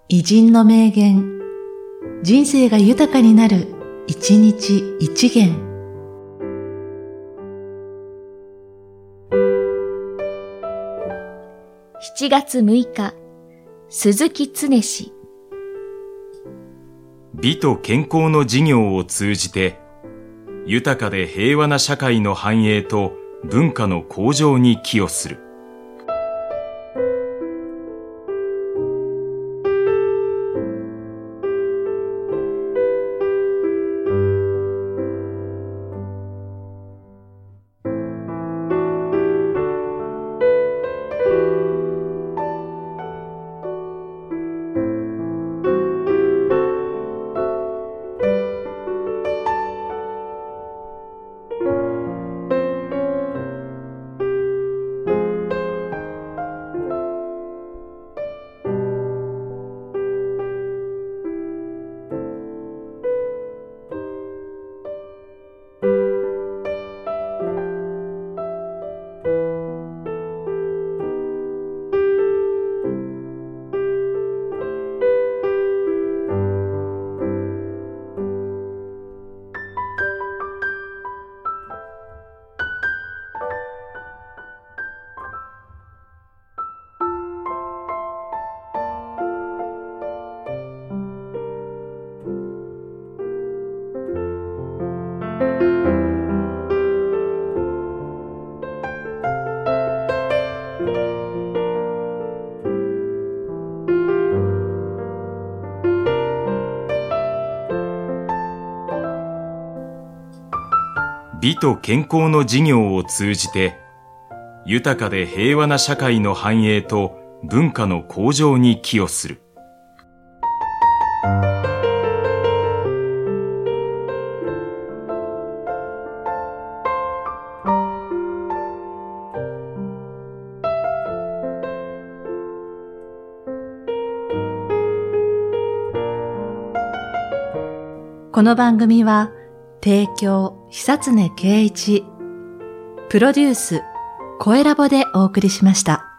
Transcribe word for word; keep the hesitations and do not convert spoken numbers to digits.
偉人の名言、人生が豊かになる、一日一元。 しちがつむいか、鈴木恒氏。 美と健康の事業を通じて、豊かで平和な社会の繁栄と文化の向上に寄与する。美と健康の事業を通じて、豊かで平和な社会の繁栄と文化の向上に寄与する。 この番組は、提供久常圭一、プロデュース声ラボでお送りしました。